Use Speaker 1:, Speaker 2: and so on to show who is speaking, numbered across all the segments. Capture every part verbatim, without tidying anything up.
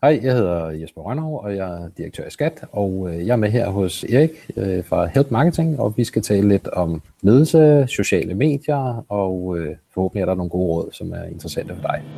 Speaker 1: Hej, jeg hedder Jesper Rønnow, og jeg er direktør i Skat, og jeg er med her hos Erik fra Help Marketing, og vi skal tale lidt om ledelse, sociale medier, og forhåbentlig er der nogle gode råd, som er interessante for dig.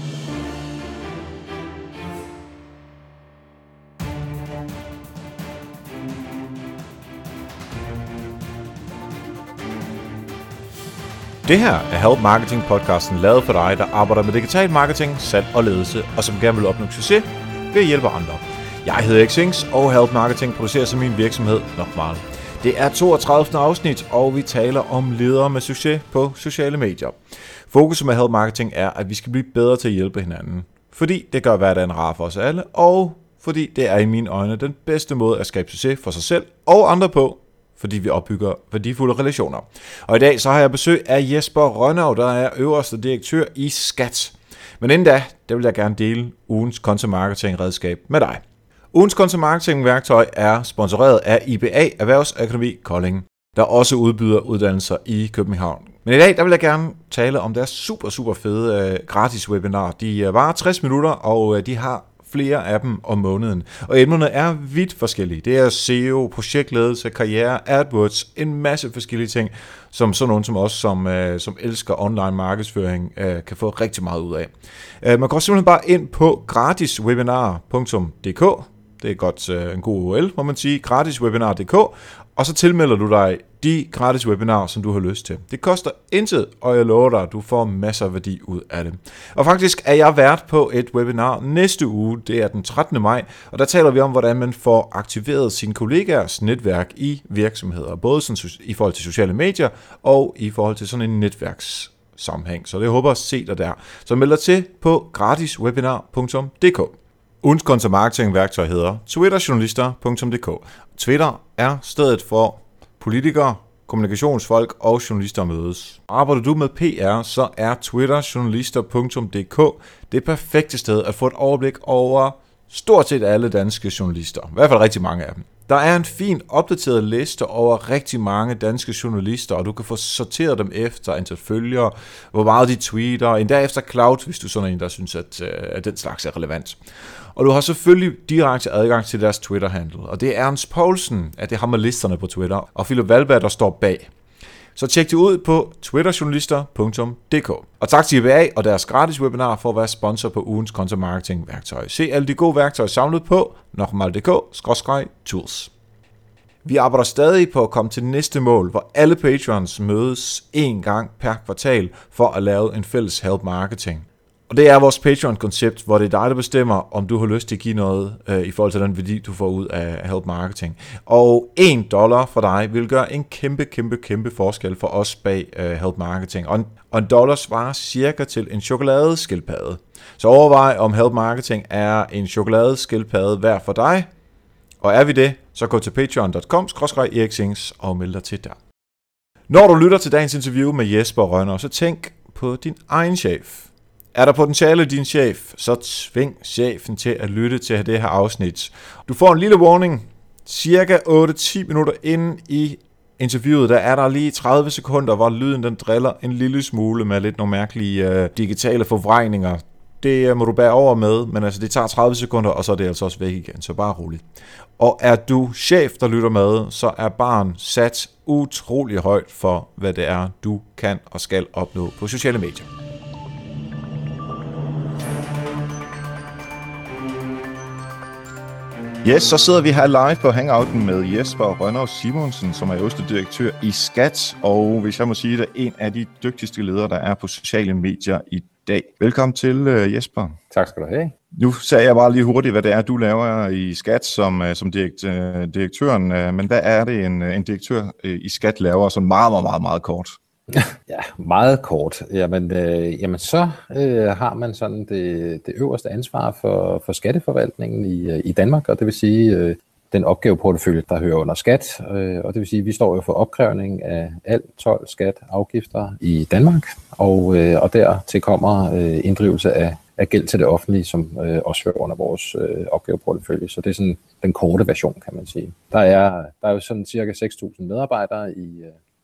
Speaker 2: Det her er Help Marketing podcasten lavet for dig, der arbejder med digital marketing, salg og ledelse, og som gerne vil opnå succes ved at hjælpe andre. Jeg hedder Erik Sings, og Help Marketing producerer som min virksomhed nok meget. Det er toogtredivte afsnit, og vi taler om ledere med succes på sociale medier. Fokuset med Help Marketing er, at vi skal blive bedre til at hjælpe hinanden. Fordi det gør hverdagen rar for os alle, og fordi det er i mine øjne den bedste måde at skabe succes for sig selv og andre på, fordi vi opbygger værdifulde relationer. Og i dag så har jeg besøg af Jesper Rønnow, der er øverste direktør i Skat. Men inden da, der vil jeg gerne dele ugens content marketing redskab med dig. Ugens content marketing værktøj er sponsoreret af I B A Erhvervsakademi Kolding, der også udbyder uddannelser i København. Men i dag, der vil jeg gerne tale om deres super, super fede uh, gratis webinar. De uh, varer tres minutter, og uh, de har flere af dem om måneden. Og emnerne er vidt forskellige. Det er S E O, projektledelse, karriere, AdWords, en masse forskellige ting, som sådan nogen som os, som, øh, som elsker online markedsføring, øh, kan få rigtig meget ud af. Øh, man går simpelthen bare ind på gratiswebinar punktum d k. Det er godt øh, en god U R L, må man sige. gratiswebinar punktum d k. Og så tilmelder du dig de gratis webinarer, som du har lyst til. Det koster intet, og jeg lover dig, at du får masser af værdi ud af det. Og faktisk er jeg vært på et webinar næste uge, det er den trettende maj, og der taler vi om, hvordan man får aktiveret sine kollegaers netværk i virksomheder, både sådan i forhold til sociale medier og i forhold til sådan en netværkssammenhæng. Så det håber jeg at se dig der. Så meld dig til på gratiswebinar punktum d k. Ugens content marketing værktøj hedder twitterjournalister punktum d k. Twitter er stedet for politikere, kommunikationsfolk og journalister mødes. Arbejder du med P R, så er twitterjournalister punktum d k det perfekte sted at få et overblik over stort set alle danske journalister. I hvert fald rigtig mange af dem. Der er en fin opdateret liste over rigtig mange danske journalister, og du kan få sorteret dem efter antal følgere, hvor meget de tweeter, endda efter cloud, hvis du er sådan en, der synes, at, at den slags er relevant. Og du har selvfølgelig direkte adgang til deres Twitter-handle, og det er Ernst Poulsen, at det har med listerne på Twitter, og Philip Valberg, der står bag. Så tjek det ud på twitterjournalister punktum d k. Og tak til I B A og deres gratis webinar for at være sponsor på ugens content marketing værktøj. Se alle de gode værktøjer samlet på nokmal punktum d k skråstreg tools. Vi arbejder stadig på at komme til næste mål, hvor alle patrons mødes en gang per kvartal for at lave en fælles help marketing. Og det er vores Patreon-koncept, hvor det er dig, der bestemmer, om du har lyst til at give noget øh, i forhold til den værdi, du får ud af Help Marketing. Og en dollar for dig vil gøre en kæmpe, kæmpe, kæmpe forskel for os bag øh, Help Marketing. Og en, og en dollar svarer cirka til en chokoladeskildpadde. Så overvej, om Help Marketing er en chokoladeskildpadde værd for dig. Og er vi det, så gå til patreon punktum com skråstreg erik sings og meld dig til der. Når du lytter til dagens interview med Jesper Rønnow, så tænk på din egen chef. Er der potentiale i din chef, så tving chefen til at lytte til det her afsnit. Du får en lille warning. Cirka otte til ti minutter inde i interviewet, der er der lige tredive sekunder, hvor lyden den driller en lille smule med lidt nogle mærkelige øh, digitale forvrængninger. Det må du bære over med, men altså det tager tredive sekunder, og så er det altså også væk igen, så bare roligt. Og er du chef, der lytter med, så er barn sat utrolig højt for, hvad det er, du kan og skal opnå på sociale medier. Yes, så sidder vi her live på Hangouten med Jesper Rønnow Simonsen, som er øverste direktør i Skat, og hvis jeg må sige det, en af de dygtigste ledere, der er på sociale medier i dag. Velkommen til, Jesper.
Speaker 1: Tak skal du have.
Speaker 2: Nu sagde jeg bare lige hurtigt, hvad det er, du laver i Skat som, som direkt, direktøren, men hvad er det, en, en direktør i Skat laver, så meget, meget, meget, meget kort?
Speaker 1: Ja, meget kort. Jamen, øh, jamen så øh, har man sådan det, det øverste ansvar for, for skatteforvaltningen i, i Danmark, og det vil sige øh, den opgaveportefølje, der hører under skat, øh, og det vil sige, at vi står jo for opkrævning af alt told, skat, afgifter i Danmark, og, øh, og dertil kommer øh, inddrivelse af, af gæld til det offentlige, som øh, også hører under vores øh, opgaveportefølje. Så det er sådan den korte version, kan man sige. Der er, der er jo sådan cirka seks tusind medarbejdere i, øh,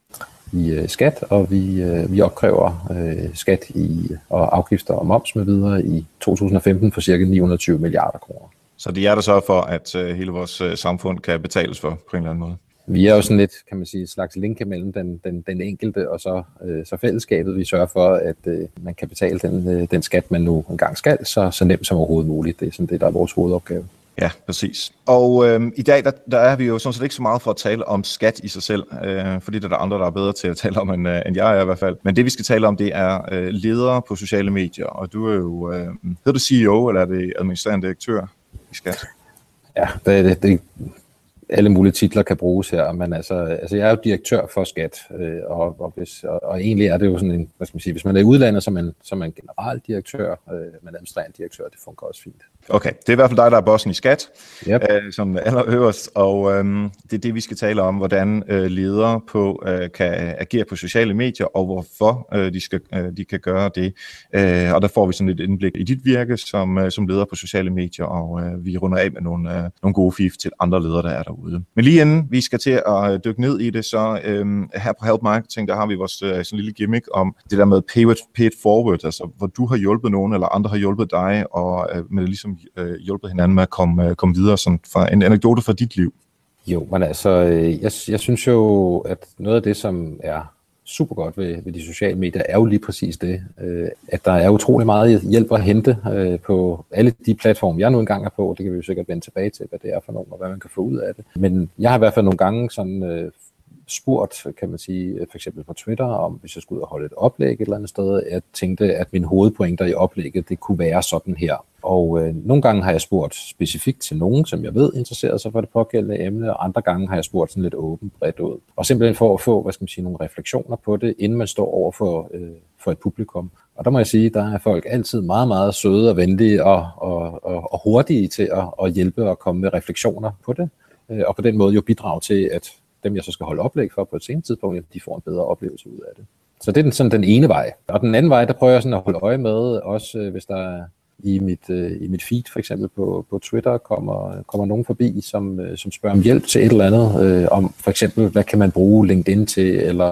Speaker 1: i øh, skat, og vi, øh, vi opkræver øh, skat i, og afgifter og moms med videre i to tusind og femten for cirka ni hundrede og tyve milliarder kroner.
Speaker 2: Så det er der sørger for, at øh, hele vores øh, samfund kan betales for på en eller anden måde?
Speaker 1: Vi er jo sådan lidt, kan man sige, et slags link mellem den, den, den enkelte og så, øh, så fællesskabet. Vi sørger for, at øh, man kan betale den, øh, den skat, man nu engang skal, så, så nemt som overhovedet muligt. Det er sådan det, der er vores hovedopgave.
Speaker 2: Ja, præcis. Og øh, i dag, der, der er vi jo sådan set ikke så meget for at tale om skat i sig selv, øh, fordi der er der andre, der er bedre til at tale om, end, øh, end jeg er i hvert fald. Men det, vi skal tale om, det er øh, ledere på sociale medier, og du er jo, øh, hedder du C E O, eller er det administrerende direktør i skat?
Speaker 1: Ja, det, det, det alle mulige titler kan bruges her, men altså, altså jeg er jo direktør for skat, øh, og, og, hvis, og, og egentlig er det jo sådan en, hvad skal man sige, hvis man er i udlandet, så er man, så er man generaldirektør, øh, men administrerende direktør, det fungerer også fint.
Speaker 2: Okay, det er i hvert fald dig, der er bossen i skat,
Speaker 1: yep.
Speaker 2: øh, som allerøverst, og øh, det er det, vi skal tale om, hvordan øh, ledere på, øh, kan agere på sociale medier, og hvorfor øh, de, skal, øh, de kan gøre det. Øh, og der får vi sådan et indblik i dit virke som, øh, som leder på sociale medier, og øh, vi runder af med nogle, øh, nogle gode fif til andre ledere, der er derude. Men lige inden vi skal til at dykke ned i det, så øh, her på Help Marketing, der har vi vores øh, sådan lille gimmick om det der med pay it, pay it forward, altså hvor du har hjulpet nogen, eller andre har hjulpet dig, og øh, med ligesom øh, hjulpet hinanden med at komme, øh, komme videre, sådan fra en anekdote fra dit liv.
Speaker 1: Jo, men altså, øh, jeg, jeg synes jo, at noget af det, som er super godt ved, ved de sociale medier, er jo lige præcis det, øh, at der er utrolig meget hjælp at hente øh, på alle de platforme, jeg nu engang er på. Det kan vi jo sikkert vende tilbage til, hvad det er for nogen, og hvad man kan få ud af det. Men jeg har i hvert fald nogle gange sådan øh, spurgt, kan man sige, for eksempel på Twitter, om hvis jeg skulle ud og holde et oplæg et eller andet sted, jeg tænkte, at mine hovedpointer i oplægget, det kunne være sådan her. Og øh, nogle gange har jeg spurgt specifikt til nogen, som jeg ved interesserer sig for det pågældende emne, og andre gange har jeg spurgt sådan lidt åbent bredt ud. Og simpelthen for at få, hvad skal man sige, nogle refleksioner på det, inden man står over for, øh, for et publikum. Og der må jeg sige, der er folk altid meget, meget søde og venlige og, og, og, og hurtige til at, at hjælpe og komme med refleksioner på det. Øh, og på den måde jo bidrage til, at dem, jeg så skal holde oplæg for på et senere tidspunkt, de får en bedre oplevelse ud af det. Så det er den, sådan den ene vej. Og den anden vej, der prøver jeg sådan at holde øje med, også øh, hvis der er i mit, øh, i mit feed for eksempel på, på Twitter kommer, kommer nogen forbi, som, øh, som spørger om hjælp til et eller andet, øh, om for eksempel, hvad kan man bruge LinkedIn til, eller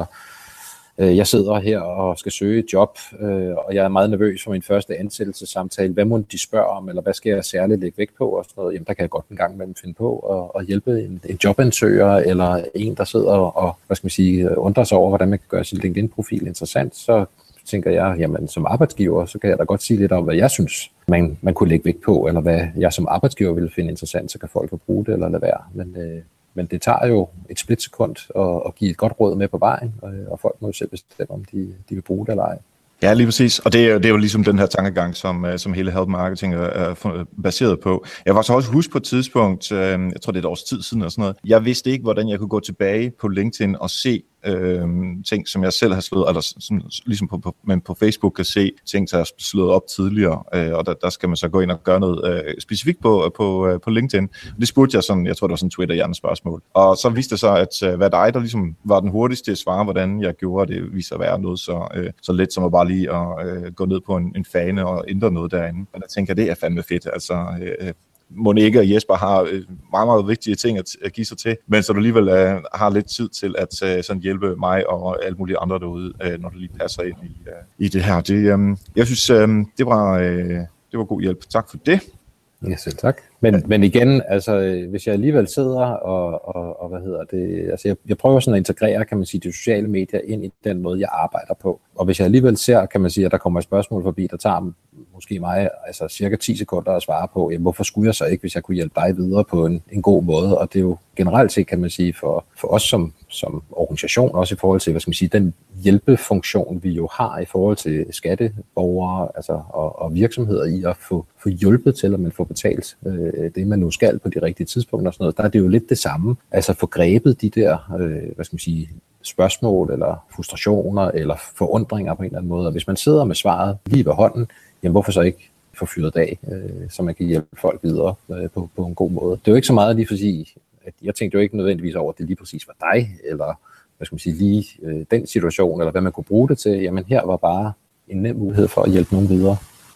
Speaker 1: øh, jeg sidder her og skal søge et job, øh, og jeg er meget nervøs for min første ansættelsessamtale. Hvad må de spørge om, eller hvad skal jeg særligt lægge vægt på? Og sådan noget. Jamen, der kan jeg godt en gang imellem finde på at, at hjælpe en, en jobansøger, eller en, der sidder og, hvad skal man sige, undrer sig over, hvordan man kan gøre sin LinkedIn-profil interessant, så tænker jeg, jamen som arbejdsgiver, så kan jeg da godt sige lidt om, hvad jeg synes, man, man kunne lægge vægt på, eller hvad jeg som arbejdsgiver ville finde interessant, så kan folk jo bruge det eller lade være. Men, øh, men det tager jo et splitsekund at, at give et godt råd med på vejen, og, og folk må jo selv bestemme, om de, de vil bruge det eller ej.
Speaker 2: Ja, lige præcis. Og det er, det er jo ligesom den her tankegang, som, som hele Help Marketing er baseret på. Jeg var så også huske på et tidspunkt, jeg tror det er et års tid siden og sådan noget, jeg vidste ikke, hvordan jeg kunne gå tilbage på LinkedIn og se øh, ting, som jeg selv har slået, eller sådan, ligesom på, på, men på Facebook kan se ting, der er slået op tidligere, øh, og der, der skal man så gå ind og gøre noget øh, specifikt på, på, på LinkedIn. Det spurgte jeg sådan, jeg tror det var sådan Twitter-hjernespørgsmål. Og så viste det så, at hvad dig, der ligesom var den hurtigste at svare, hvordan jeg gjorde det, viste at være noget så, øh, så let som at bare lige at øh, gå ned på en, en fane og ændre noget derinde. Og der tænker jeg, det er fandme fedt, altså øh, Monique og Jesper har øh, meget, meget vigtige ting at, at give sig til, men så du alligevel øh, har lidt tid til at øh, sådan hjælpe mig og alle mulige andre derude, øh, når du lige passer ind i, øh, i det her. Det, øh, jeg synes, øh, det, var, øh, det var god hjælp. Tak for det.
Speaker 1: Ja, selv tak. Men, ja. men igen, altså, hvis jeg alligevel sidder og, og, og hvad hedder det, altså jeg, jeg prøver sådan at integrere, kan man sige, de sociale medier ind i den måde, jeg arbejder på. Og hvis jeg alligevel ser, kan man sige, at der kommer et spørgsmål forbi, der tager måske mig altså cirka ti sekunder at svare på, jamen, hvorfor skulle jeg så ikke, hvis jeg kunne hjælpe dig videre på en, en god måde? Og det er jo generelt set, kan man sige, for, for os som, som organisation, også i forhold til, hvad skal man sige, den hjælpefunktion, vi jo har i forhold til skatteborgere altså, og, og virksomheder i at få, få hjulpet til, at man får betalt øh, det, man nu skal på de rigtige tidspunkter og sådan noget. Der er det jo lidt det samme. Altså få grebet de der, øh, hvad skal man sige, spørgsmål eller frustrationer eller forundringer på en eller anden måde. Og hvis man sidder med svaret lige ved hånden, jamen hvorfor så ikke få fyret af, øh, så man kan hjælpe folk videre øh, på, på en god måde. Det er jo ikke så meget lige for at sige, at jeg tænkte jo ikke nødvendigvis over, at det lige præcis var dig, eller hvad skal man sige, lige øh, den situation, eller hvad man kunne bruge det til. Jamen her var bare en nem mulighed for at hjælpe nogen videre.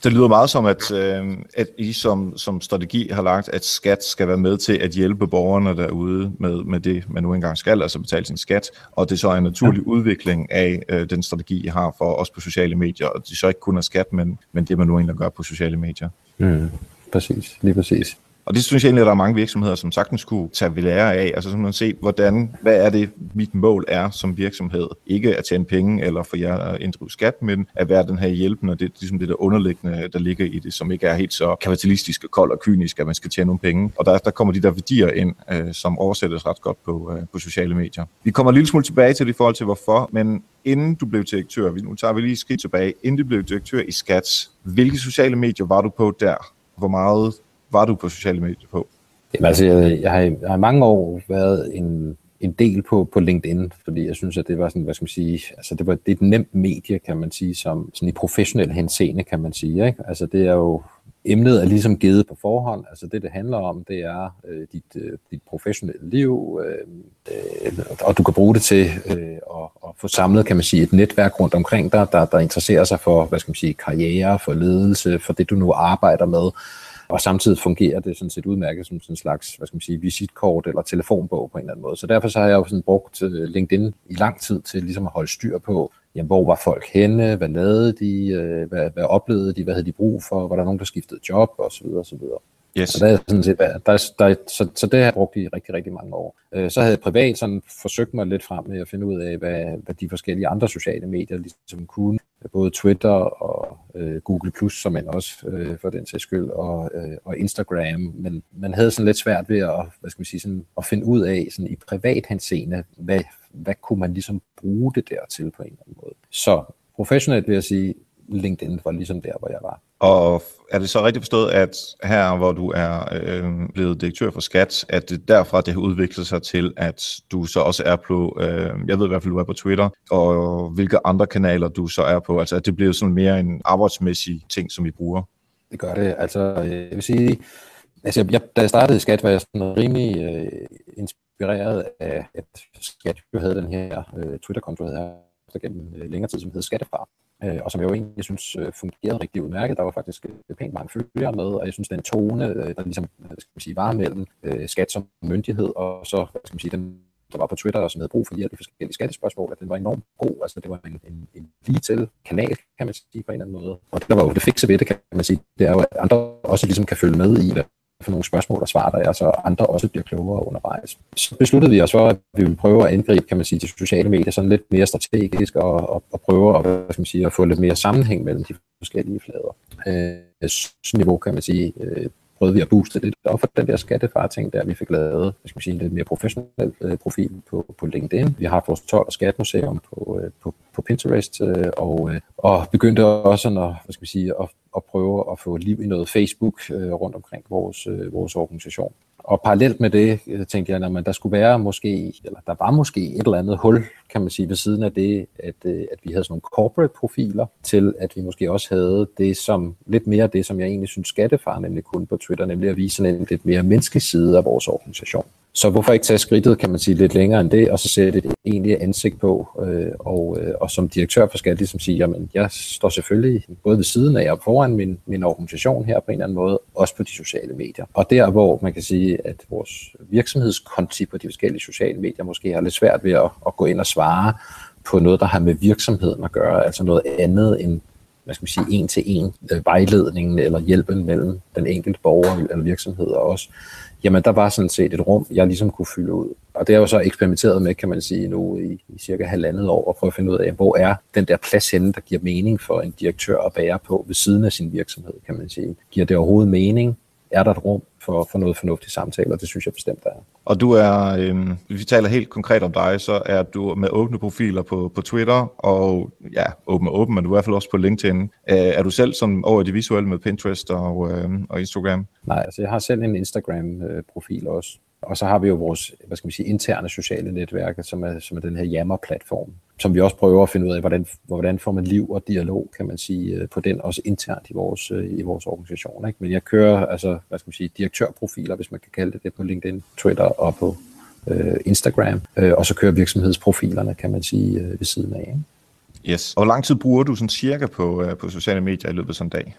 Speaker 2: Det lyder meget som, at, øh, at I som, som strategi har lagt, at skat skal være med til at hjælpe borgerne derude med, med det, man nu engang skal, altså betale sin skat, og det så er en naturlig ja. udvikling af øh, den strategi, I har for os på sociale medier, og det så ikke kun er skat, men, men det, man nu egentlig gør på sociale medier.
Speaker 1: Mm, præcis, lige præcis.
Speaker 2: Og det synes jeg egentlig, at der er mange virksomheder, som sagtens kunne tage ved lære af. Altså sådan at se, hvordan, hvad er det, mit mål er som virksomhed? Ikke at tjene penge eller for jer at inddrive skat, men at være den her hjælpende, og det er ligesom det der underliggende, der ligger i det, som ikke er helt så kapitalistisk og kold og kynisk, at man skal tjene nogle penge. Og der, der kommer de der værdier ind, øh, som oversættes ret godt på, øh, på sociale medier. Vi kommer en lille smule tilbage til det i forhold til hvorfor, men inden du blev direktør, nu tager vi lige et skridt tilbage, inden du blev direktør i Skat, hvilke sociale medier var du på der? Hvor meget var du på sociale medier på?
Speaker 1: Jamen, altså, jeg, jeg, har, jeg har i mange år været en, en del på, på LinkedIn, fordi jeg synes, at det var sådan, hvad skal man sige, altså det var det er et nemt medie, kan man sige, som sådan i professionel henseende, kan man sige, ikke? Altså det er jo, emnet er ligesom givet på forhånd, altså det, det handler om, det er øh, dit, øh, dit professionelle liv, øh, øh, og du kan bruge det til øh, at, at få samlet, kan man sige, et netværk rundt omkring dig, der, der interesserer sig for, hvad skal man sige, karriere, for ledelse, for det, du nu arbejder med. Og samtidig fungerer det sådan set udmærket som sådan en slags, hvad skal man sige, visitkort eller telefonbog på en eller anden måde. Så derfor så har jeg jo sådan brugt LinkedIn i lang tid til ligesom at holde styr på, jamen, hvor var folk henne, hvad lavede de, hvad, hvad oplevede de, hvad havde de brug for, var der nogen, der skiftede job osv. osv. Yes. Så, der er sådan set, der, der, der, så, så det har jeg brugt i rigtig, rigtig mange år. Så havde jeg privat sådan forsøgt mig lidt frem med at finde ud af, hvad, hvad de forskellige andre sociale medier ligesom kunne. Både Twitter og øh, Google plus, som man også øh, for den sags skyld, og, øh, og Instagram. Men man havde sådan lidt svært ved at, hvad skal man sige, sådan, at finde ud af sådan i privat henseende, hvad, hvad kunne man ligesom bruge det der til på en eller anden måde. Så professionelt vil jeg sige, LinkedIn var ligesom der, hvor jeg var.
Speaker 2: Og er det så rigtigt forstået, at her, hvor du er øh, blevet direktør for Skat, at det derfra det har udviklet sig til, at du så også er på, øh, jeg ved i hvert fald, du er på Twitter, og hvilke andre kanaler du så er på, altså at det bliver sådan mere en arbejdsmæssig ting, som I bruger?
Speaker 1: Det gør det, altså jeg vil sige, altså jeg, da jeg startede i Skat, var jeg sådan rimelig øh, inspireret af, at Skat jo havde den her øh, Twitter-konto, der gennem øh, længere tid, som hed Skattefar. Og som jeg jo egentlig synes fungerede rigtig udmærket. Der var faktisk pænt mange følgere med, og jeg synes, den tone, der ligesom skal man sige, var mellem øh, skat som myndighed, og så skal man sige, dem, der var på Twitter, og som havde brug for hjælp i forskellige skattespørgsmål, at den var enormt god. Altså, det var en, en, en lige til kanal, kan man sige, på en eller anden måde. Og det var jo det fikse ved det, kan man sige. Det er jo, at andre også ligesom kan følge med i, hvad for nogle spørgsmål og svar, der er, så andre også bliver klogere undervejs. Så besluttede vi os for, at vi ville prøve at angribe, kan man sige, de sociale medier sådan lidt mere strategisk, og, og, og prøve at, hvad skal man sige, at få lidt mere sammenhæng mellem de forskellige flader. Øh, niveau, kan man sige, øh, prøvede vi at booste lidt op for den der skattefar-ting, der vi fik lavet, hvad skal man sige, en lidt mere professionel øh, profil på, på LinkedIn. Vi har vores tolv og skatmuseum på, øh, på, på Pinterest, øh, og, øh, og begyndte også at, hvad skal man sige, at, at prøve at få liv i noget Facebook øh, rundt omkring vores, øh, vores organisation. Og parallelt med det, tænkte jeg, at der skulle være måske, eller der var måske et eller andet hul, kan man sige, ved siden af det, at, at vi havde sådan nogle corporate profiler, til at vi måske også havde det som, lidt mere det, som jeg egentlig synes Skattefar nemlig kunne på Twitter, nemlig at vise sådan en lidt mere menneskelig side af vores organisation. Så hvorfor ikke tage skridtet, kan man sige, lidt længere end det, og så sætte et egentligt ansigt på, øh, og, øh, og som direktør for Skat, ligesom sige, jamen jeg står selvfølgelig både ved siden af og foran min, min organisation her på en eller anden måde, også på de sociale medier. Og der, hvor man kan sige, at vores virksomhedskonti på de forskellige sociale medier måske har lidt svært ved at, at gå ind og svare på noget, der har med virksomheden at gøre, altså noget andet end, hvad skal man sige, en til en vejledningen eller hjælpen mellem den enkelte borger eller virksomhed og os. Jamen, der var sådan set et rum, jeg ligesom kunne fylde ud. Og det er jo så eksperimenteret med, kan man sige, nu i, i cirka halvandet år, og prøve at finde ud af, hvor er den der plads henne, der giver mening for en direktør at bære på ved siden af sin virksomhed, kan man sige. Giver det overhovedet mening? Er der et rum for, for noget fornuftigt samtale, og det synes jeg bestemt, der er.
Speaker 2: Og du er, øh, hvis vi taler helt konkret om dig, så er du med åbne profiler på, på Twitter, og ja, åben og åben, men du er i hvert fald også på LinkedIn. Øh, er du selv sådan over det visuelle med Pinterest og, øh, og Instagram?
Speaker 1: Nej, altså jeg har selv en Instagram-profil også. Og så har vi jo vores, hvad skal man sige, interne sociale netværk, som er, som er den her Yammer-platform, som vi også prøver at finde ud af, hvordan, hvordan får man liv og dialog, kan man sige, på den også internt i vores, i vores organisation. Ikke? Men jeg kører, altså, hvad skal man sige, direktørprofiler, hvis man kan kalde det det, på LinkedIn, Twitter og på øh, Instagram, øh, og så kører virksomhedsprofilerne, kan man sige, øh, ved siden af. Ikke?
Speaker 2: Yes. Og hvor lang tid bruger du sådan cirka på, øh, på sociale medier i løbet af sådan en dag?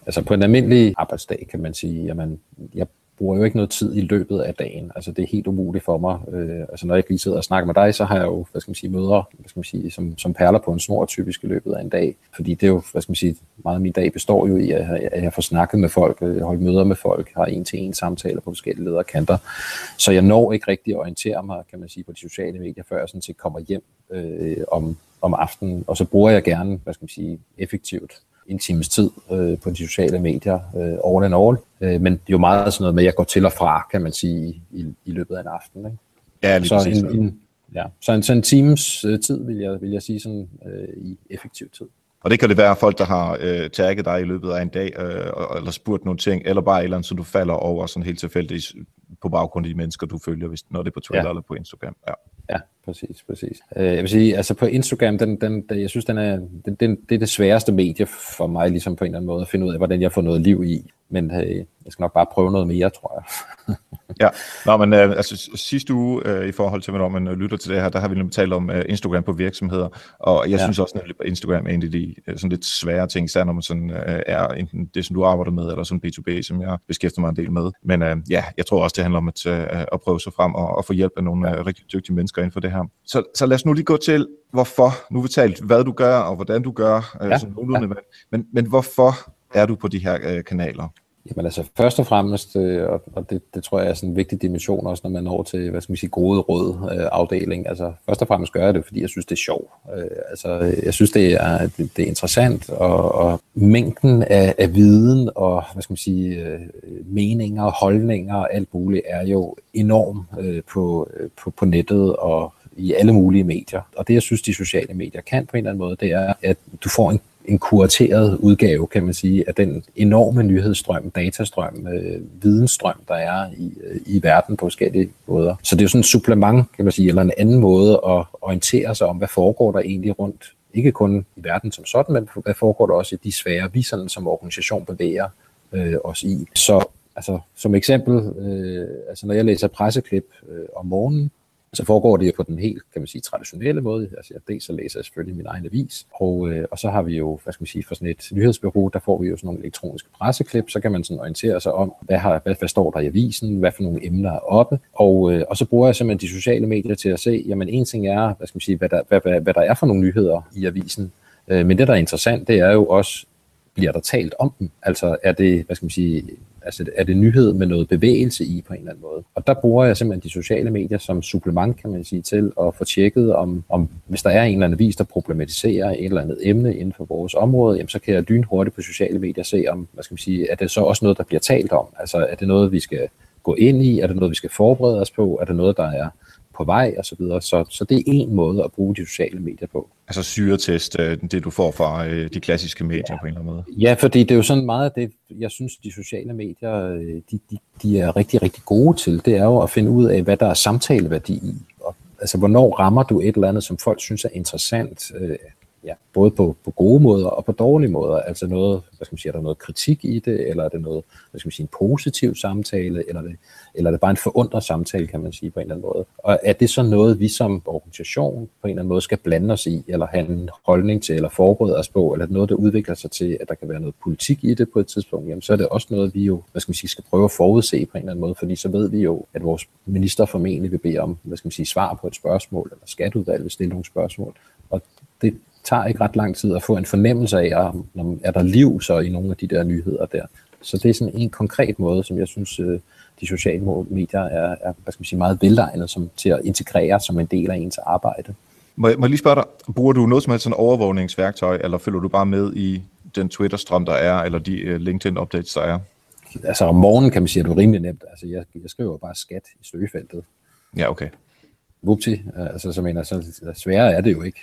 Speaker 1: Altså på en almindelig arbejdsdag kan man sige, jamen, jeg bruger jo ikke noget tid i løbet af dagen. Altså det er helt umuligt for mig. Øh, altså når jeg lige sidder og snakker med dig, så har jeg jo, hvad skal man sige, møder, hvad skal man sige, som, som perler på en snor typisk i løbet af en dag. Fordi det er jo, hvad skal man sige, meget af min dag består jo i, at jeg får snakket med folk, jeg holder møder med folk, har en-til-en samtaler på forskellige lederkanter. Så jeg når ikke rigtig at orientere mig, kan man sige, på de sociale medier, før jeg sådan set kommer hjem øh, om, om aftenen. Og så bruger jeg gerne, hvad skal man sige, effektivt en times tid øh, på de sociale medier, øh, all and all. Øh, men det er jo meget sådan noget med, at jeg går til og fra, kan man sige, i, i løbet af en aften. Ikke?
Speaker 2: Ja, lige
Speaker 1: så
Speaker 2: præcis.
Speaker 1: En, en, ja, så en, så en times øh, tid, vil jeg, vil jeg sige, sådan, øh, i effektiv tid.
Speaker 2: Og det kan det være folk, der har øh, tagget dig i løbet af en dag, øh, eller spurgt nogle ting, eller bare et eller andet, som du falder over sådan helt tilfældigt på baggrund af de mennesker, du følger, hvis, når det er på Twitter ja. eller på Instagram. Ja.
Speaker 1: Ja, præcis, præcis. Jeg vil sige, altså på Instagram, den, den, den, jeg synes, den er, den, den, det er det sværeste medie for mig, ligesom på en eller anden måde, at finde ud af, hvordan jeg får noget liv i. Men øh, jeg skal nok bare prøve noget mere, tror jeg.
Speaker 2: Ja, nå, men øh, altså sidste uge, øh, i forhold til, hvornår man lytter til det her, der har vi nemlig talt om øh, Instagram på virksomheder, og jeg ja. synes også, at Instagram er en af de øh, sådan lidt svære ting, især når man sådan, øh, er enten det, som du arbejder med, eller sådan B to B, som jeg beskæftiger mig en del med. Men øh, ja, jeg tror også, det handler om at, øh, at prøve sig frem og, og få hjælp af nogle øh, rigtig dygtige mennesker inden for det her. Så, så lad os nu lige gå til, hvorfor. Nu har vi talt, hvad du gør, og hvordan du gør, øh, ja. sådan nogenlunde, ja. men, men hvorfor er du på de her øh, kanaler?
Speaker 1: Jamen altså først og fremmest, øh, og det, det tror jeg er sådan en vigtig dimension også, når man når til, hvad skal man sige, gode råd øh, afdeling. Altså først og fremmest gør jeg det, fordi jeg synes, det er sjovt. Øh, altså jeg synes, det er, det, det er interessant, og, og mængden af, af viden og, hvad skal man sige, øh, meninger, holdninger og alt muligt er jo enorm øh, på, øh, på, på nettet og i alle mulige medier. Og det, jeg synes, de sociale medier kan på en eller anden måde, det er, at du får en en kurateret udgave, kan man sige, af den enorme nyhedsstrøm, datastrøm, øh, vidensstrøm, der er i, øh, i verden på forskellige måder. Så det er jo sådan et supplement, kan man sige, eller en anden måde at orientere sig om, hvad foregår der egentlig rundt. Ikke kun i verden som sådan, men hvad foregår der også i de sfærer, vi sådan som organisation bevæger øh, os i. Så altså, som eksempel, øh, altså når jeg læser presseklip øh, om morgenen, så foregår det jo på den helt, kan man sige, traditionelle måde. Altså, dels så læser jeg selvfølgelig min egen avis, og, øh, og så har vi jo, hvad skal man sige, for sådan et nyhedsbureau, der får vi jo sådan nogle elektroniske presseklip, så kan man sådan orientere sig om, hvad, har, hvad, hvad står der i avisen, hvad for nogle emner er oppe, og, øh, og så bruger jeg simpelthen de sociale medier til at se, jamen en ting er, hvad skal man sige, hvad der, hvad, hvad, hvad der er for nogle nyheder i avisen, øh, men det, der er interessant, det er jo også, bliver der talt om dem? Altså er det, hvad skal man sige, altså er det nyhed med noget bevægelse i på en eller anden måde? Og der bruger jeg simpelthen de sociale medier som supplement, kan man sige, til at få tjekket, om, om hvis der er en eller anden avis, der problematiserer et eller andet emne inden for vores område, jamen så kan jeg lynhurtigt på sociale medier se, om, hvad skal man sige, er det så også noget, der bliver talt om? Altså er det noget, vi skal gå ind i? Er det noget, vi skal forberede os på? Er det noget, der er på vej og så videre. Så, så det er en måde at bruge de sociale medier på.
Speaker 2: Altså syretest, det du får fra de klassiske medier ja. på en eller anden måde.
Speaker 1: Ja, fordi det er jo sådan meget af det, jeg synes, de sociale medier, de, de, de er rigtig, rigtig gode til. Det er jo at finde ud af, hvad der er samtaleværdi i. Og, altså, hvornår rammer du et eller andet, som folk synes er interessant, øh, ja, både på, på gode måder og på dårlige måder. Altså noget, hvad skal man sige, er der noget kritik i det, eller er det noget, hvad skal man sige, en positiv samtale, eller er det, eller er det bare en forundret samtale, kan man sige på en eller anden måde. Og er det så noget, vi som organisation på en eller anden måde skal blande os i, eller have en holdning til, eller forberede os på, eller er det noget, der udvikler sig til, at der kan være noget politik i det på et tidspunkt, jamen så er det også noget, vi jo, hvad skal man sige, skal prøve at forudse på en eller anden måde, fordi så ved vi jo, at vores minister formentlig vil bede om, hvad skal man sige, svar på et spørgsmål, eller skatteudvalg vil stille nogle spørgsmål, og det tager ikke ret lang tid at få en fornemmelse af, om er der liv så i nogle af de der nyheder der. Så det er sådan en konkret måde, som jeg synes, de sociale medier er, er hvad skal man sige, meget velegnet som, til at integrere som en del af ens arbejde.
Speaker 2: Må jeg, må jeg lige spørge dig, bruger du noget som helst sådan overvågningsværktøj, eller følger du bare med i den Twitter-strøm, der er, eller de uh, LinkedIn-updates, der er?
Speaker 1: Altså om morgenen kan man sige, at det er rimelig nemt. Altså jeg, jeg skriver bare skat i søgefeltet.
Speaker 2: Ja, okay.
Speaker 1: Vupti, altså så mener jeg, så sværere er det jo ikke.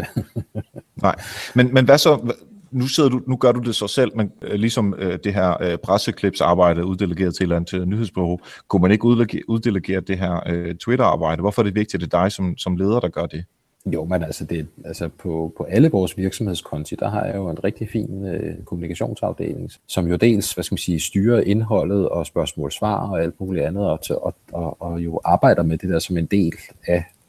Speaker 2: Nej, men, men hvad så, nu, sidder du, nu gør du det så selv, men øh, ligesom øh, det her øh, presseklipsarbejde uddelegeret til et eller andet nyhedsbureau, kunne man ikke uddelegere, uddelegere det her øh, Twitter-arbejde? Hvorfor er det vigtigt, at det er dig som, som leder, der gør det?
Speaker 1: Jo, men altså, det, altså på, på alle vores virksomhedskonti, der har jeg jo en rigtig fin øh, kommunikationsafdeling, som jo dels, hvad skal man sige, styrer indholdet og spørgsmål-svar og alt muligt andet, og, og, og, og jo arbejder med det der som en del af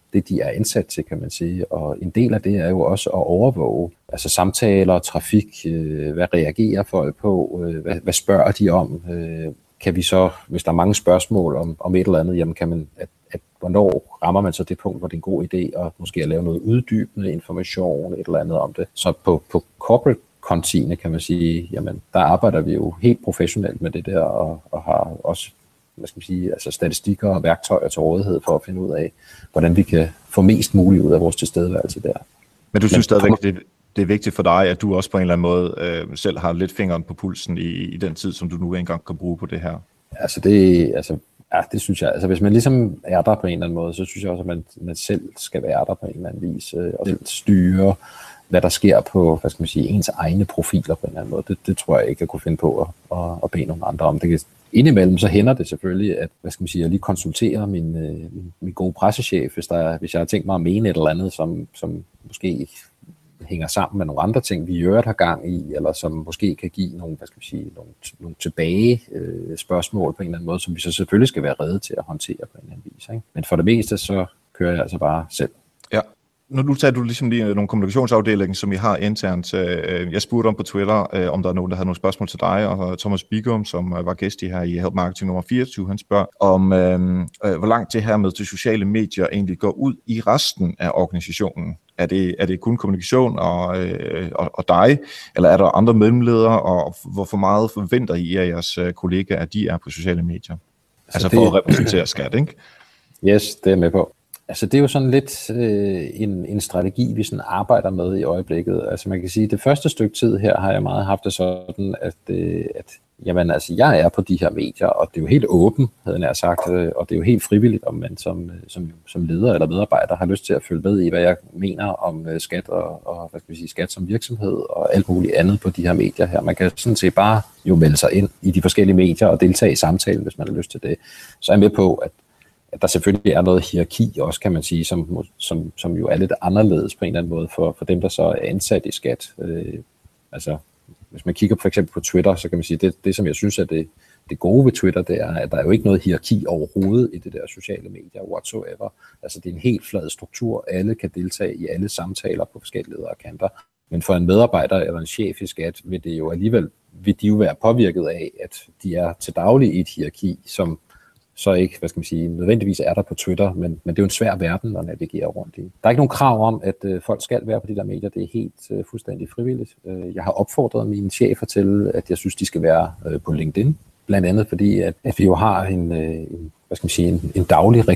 Speaker 1: det, de er ansat til, kan man sige. Og en del af det er jo også at overvåge, altså samtaler, trafik, øh, hvad reagerer folk på, øh, hvad, hvad spørger de om, øh, kan vi så, hvis der er mange spørgsmål om, om et eller andet, jamen kan man, at, at hvornår rammer man så det punkt, hvor det er en god idé, og måske at lave noget uddybende information, et eller andet om det. Så på, på corporate kontiene, kan man sige, jamen der arbejder vi jo helt professionelt med det der, og, og har også, hvad skal man sige, altså statistikker og værktøjer til rådighed for at finde ud af, hvordan vi kan få mest muligt ud af vores tilstedeværelse der.
Speaker 2: Men du synes Men, stadigvæk, det, det er vigtigt for dig, at du også på en eller anden måde øh, selv har lidt fingeren på pulsen i, i den tid, som du nu engang kan bruge på det her?
Speaker 1: Altså det, altså, ja, det synes jeg. Altså hvis man ligesom er der på en eller anden måde, så synes jeg også, at man, man selv skal være der på en eller anden vis, øh, og selv styre, hvad der sker på, hvad skal man sige, ens egne profiler på en eller anden måde. Det, det tror jeg ikke, jeg kunne finde på at, at, at bede nogle andre om. Det kan, indimellem så hænder det selvfølgelig, at, hvad skal man sige, jeg lige konsulterer min, min, min gode pressechef, hvis, der, hvis jeg har tænkt mig at mene et eller andet, som, som måske hænger sammen med nogle andre ting, vi i øvrigt har gang i, eller som måske kan give nogle, hvad skal vi sige, nogle, nogle tilbage øh, spørgsmål på en eller anden måde, som vi så selvfølgelig skal være rede til at håndtere på en eller anden vis. Ikke? Men for det meste, så kører jeg altså bare selv.
Speaker 2: Ja. Nu, nu tager du ligesom lige nogle kommunikationsafdelinger, som I har internt. Jeg spurgte om på Twitter, om der er nogen, der havde nogle spørgsmål til dig, og Thomas Bigum, som var gæst i her i Help Marketing nummer fireogtyve, han spørger om, øh, hvor langt det her med de sociale medier egentlig går ud i resten af organisationen. Er det, er det kun kommunikation og, øh, og, og dig, eller er der andre mellemledere, og hvor meget forventer I af jeres kollegaer, at de er på sociale medier? Altså, altså for det... at repræsentere skat, ikke?
Speaker 1: Yes, det er med på. Altså det er jo sådan lidt øh, en, en strategi, vi sådan arbejder med i øjeblikket. Altså man kan sige, at det første stykke tid her har jeg meget haft det sådan, at, øh, at jamen, altså, jeg er på de her medier, og det er jo helt åbent, havde jeg sagt, øh, og det er jo helt frivilligt, om man som, som, som leder eller medarbejder har lyst til at følge med i, hvad jeg mener om øh, skat og, og hvad skal vi sige, skat som virksomhed og alt muligt andet på de her medier her. Man kan sådan set bare jo melde sig ind i de forskellige medier og deltage i samtalen, hvis man har lyst til det. Så er jeg med på, at at der selvfølgelig er noget hierarki også, kan man sige, som, som, som jo er lidt anderledes på en eller anden måde for, for dem, der så er ansat i skat. Øh, altså, hvis man kigger for eksempel på Twitter, så kan man sige, det, det som jeg synes er det, det gode ved Twitter, det er, at der er jo ikke noget hierarki overhovedet i det der sociale medier whatsoever. Altså, det er en helt flad struktur. Alle kan deltage i alle samtaler på forskellige ledere kanter. Men for en medarbejder eller en chef i skat, vil det jo alligevel, vil de jo være påvirket af, at de er til daglig i et hierarki, som så ikke, hvad skal man sige, nødvendigvis er der på Twitter, men, men det er jo en svær verden at navigere rundt i. Der er ikke nogen krav om, at øh, folk skal være på de der medier. Det er helt øh, fuldstændig frivilligt. Øh, jeg har opfordret mine chefer til, at jeg synes, de skal være øh, på LinkedIn. Blandt andet fordi, at, at vi jo har en, øh, en, hvad skal man sige, en, en daglig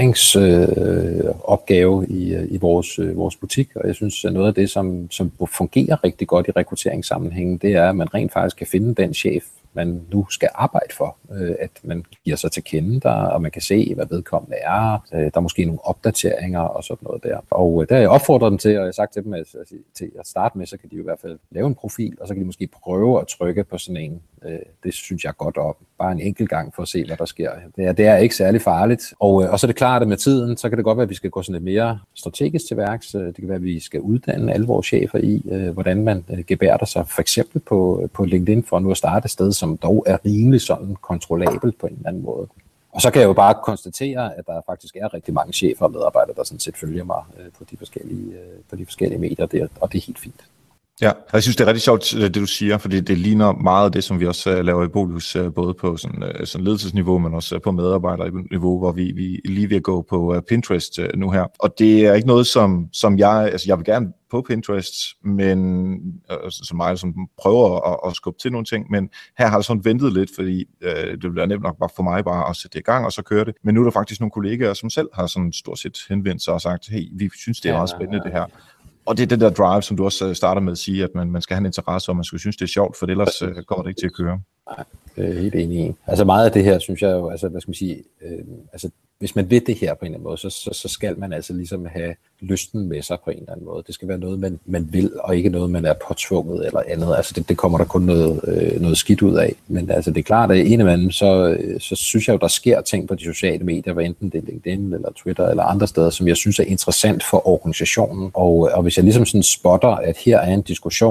Speaker 1: rekrutteringsopgave øh, i, i vores, øh, vores butik. Og jeg synes, at noget af det, som, som fungerer rigtig godt i rekrutteringssammenhængen, det er, at man rent faktisk kan finde den chef, man nu skal arbejde for, at man giver sig til kende der, og man kan se, hvad vedkommende er. Der er måske nogle opdateringer og sådan noget der. Og der har jeg opfordret dem til, og jeg har sagt til dem, at til at starte med, så kan de jo i hvert fald lave en profil, og så kan de måske prøve at trykke på sådan en. Det synes jeg godt om. Bare en enkelt gang for at se, hvad der sker. Det er, det er ikke særlig farligt. Og, og så er det klart, at med tiden, så kan det godt være, at vi skal gå sådan lidt mere strategisk til værks. Det kan være, at vi skal uddanne alle vores chefer i, hvordan man gebærder sig, for eksempel på, på LinkedIn, for nu at starte et sted, som dog er rimelig sådan kontrollabelt på en eller anden måde. Og så kan jeg jo bare konstatere, at der faktisk er rigtig mange chefer og medarbejdere, der sådan set følger mig på de forskellige, på de forskellige medier, og det er, og det er helt fint.
Speaker 2: Ja, og jeg synes, det er rigtig sjovt, det du siger, fordi det ligner meget af det, som vi også laver i Bolus, både på sådan, sådan ledelsesniveau, men også på medarbejderniveau, hvor vi, vi lige vil gå på Pinterest nu her. Og det er ikke noget, som, som jeg, altså jeg vil gerne på Pinterest, men altså, som mig, som prøver at, at skubbe til nogle ting, men her har jeg sådan ventet lidt, fordi øh, det bliver nemt nok bare for mig bare at sætte det i gang, og så køre det. Men nu er der faktisk nogle kollegaer, som selv har sådan stort set henvendt sig og sagt, hey, vi synes, det er meget spændende det her. Og det er det der drive, som du også starter med at sige, at man, man skal have en interesse, og man skal synes, det er sjovt, for ellers øh, kommer det ikke til at køre.
Speaker 1: Nej, det er helt enig i. Altså meget af det her, synes jeg jo, altså hvad skal man sige, øh, altså hvis man vil det her på en eller anden måde, så, så, så skal man altså ligesom have lysten med sig på en eller anden måde. Det skal være noget, man, man vil, og ikke noget, man er påtvunget eller andet. Altså det, det kommer der kun noget, øh, noget skidt ud af. Men altså det er klart, at indimellem, så, så synes jeg jo, der sker ting på de sociale medier, hvad enten det er LinkedIn eller Twitter eller andre steder, som jeg synes er interessant for organisationen. Og, og hvis jeg ligesom sådan spotter, at her er en diskussion,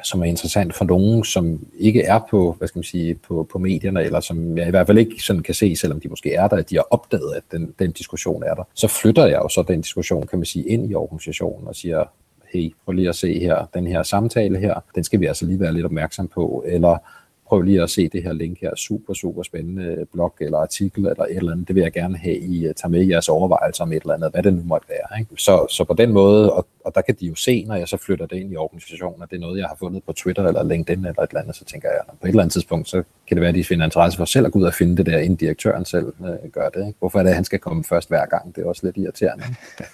Speaker 1: som er interessant for nogen, som ikke er på, hvad skal man sige, på, på medierne, eller som jeg i hvert fald ikke sådan kan se, selvom de måske er der, at de har opdaget, at den, den diskussion er der. Så flytter jeg jo så den diskussion, kan man sige, ind i organisationen og siger, hey, prøv lige at se her, den her samtale her, den skal vi altså lige være lidt opmærksom på, eller prøv lige at se det her link her, super, super spændende blog eller artikel eller et eller andet, det vil jeg gerne have, I tager med i jeres overvejelser om et eller andet, hvad det nu måtte være. Ikke? Så, så på den måde, og, og der kan de jo se, når jeg så flytter det ind i organisationen, at det er noget, jeg har fundet på Twitter eller LinkedIn eller et eller andet, så tænker jeg, på et eller andet tidspunkt, så kan det være, at de finder interesse for selv at gå ud og finde det der, inden direktøren selv øh, gør det. Ikke? Hvorfor er det, at han skal komme først hver gang? Det er også lidt irriterende.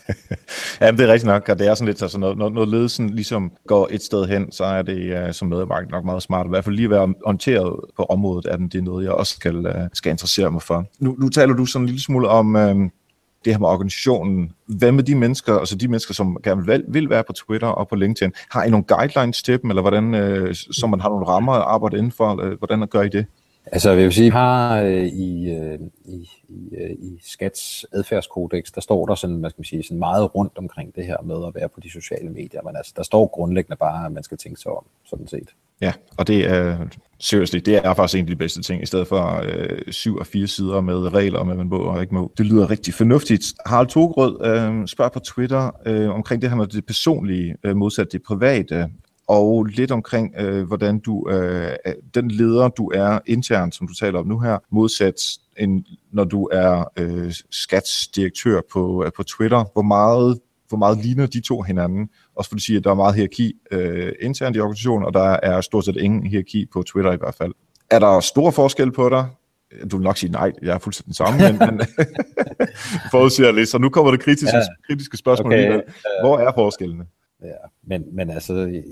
Speaker 2: Ja, det er rigtigt nok, og det er sådan lidt, altså, når, når ledelsen ligesom går et sted hen, så er det uh, som medarbejder nok meget smart, i hvert fald lige at være orienteret på området, at det er noget, jeg også skal, uh, skal interessere mig for. Nu, nu taler du sådan en lille smule om uh, det her med organisationen. Hvad med de mennesker, altså de mennesker, som gerne vil, vil være på Twitter og på LinkedIn? Har I nogle guidelines til dem, eller hvordan, uh, så man har nogle rammer at arbejde inden for? Uh, hvordan gør I det?
Speaker 1: Altså, jeg vil sige, har øh, i, øh, i, øh, i Skats adfærdskodex, der står der sådan, hvad skal man sige, sådan meget rundt omkring det her med at være på de sociale medier, men altså, der står grundlæggende bare, at man skal tænke sig om, sådan set.
Speaker 2: Ja, og det er, seriously, det er faktisk en af de bedste ting, i stedet for øh, syv og fire sider med regler om, hvad man må og ikke må. Det lyder rigtig fornuftigt. Harald Togerød øh, spørger på Twitter øh, omkring det her med det personlige, øh, modsat det private, og lidt omkring, øh, hvordan du, øh, den leder, du er internt, som du taler om nu her, modsat en, når du er øh, skatsdirektør på, øh, på Twitter. Hvor meget, hvor meget ligner de to hinanden? Også for at sige, at der er meget hierarki øh, internt i organisationen, og der er stort set ingen hierarki på Twitter i hvert fald. Er der stor forskel på dig? Du vil nok sige nej, jeg er fuldstændig samme, men, men forudsiger lidt. Så nu kommer det kritiske, ja. kritiske spørgsmål. Okay. Hvor er forskellene?
Speaker 1: Ja, men, men altså,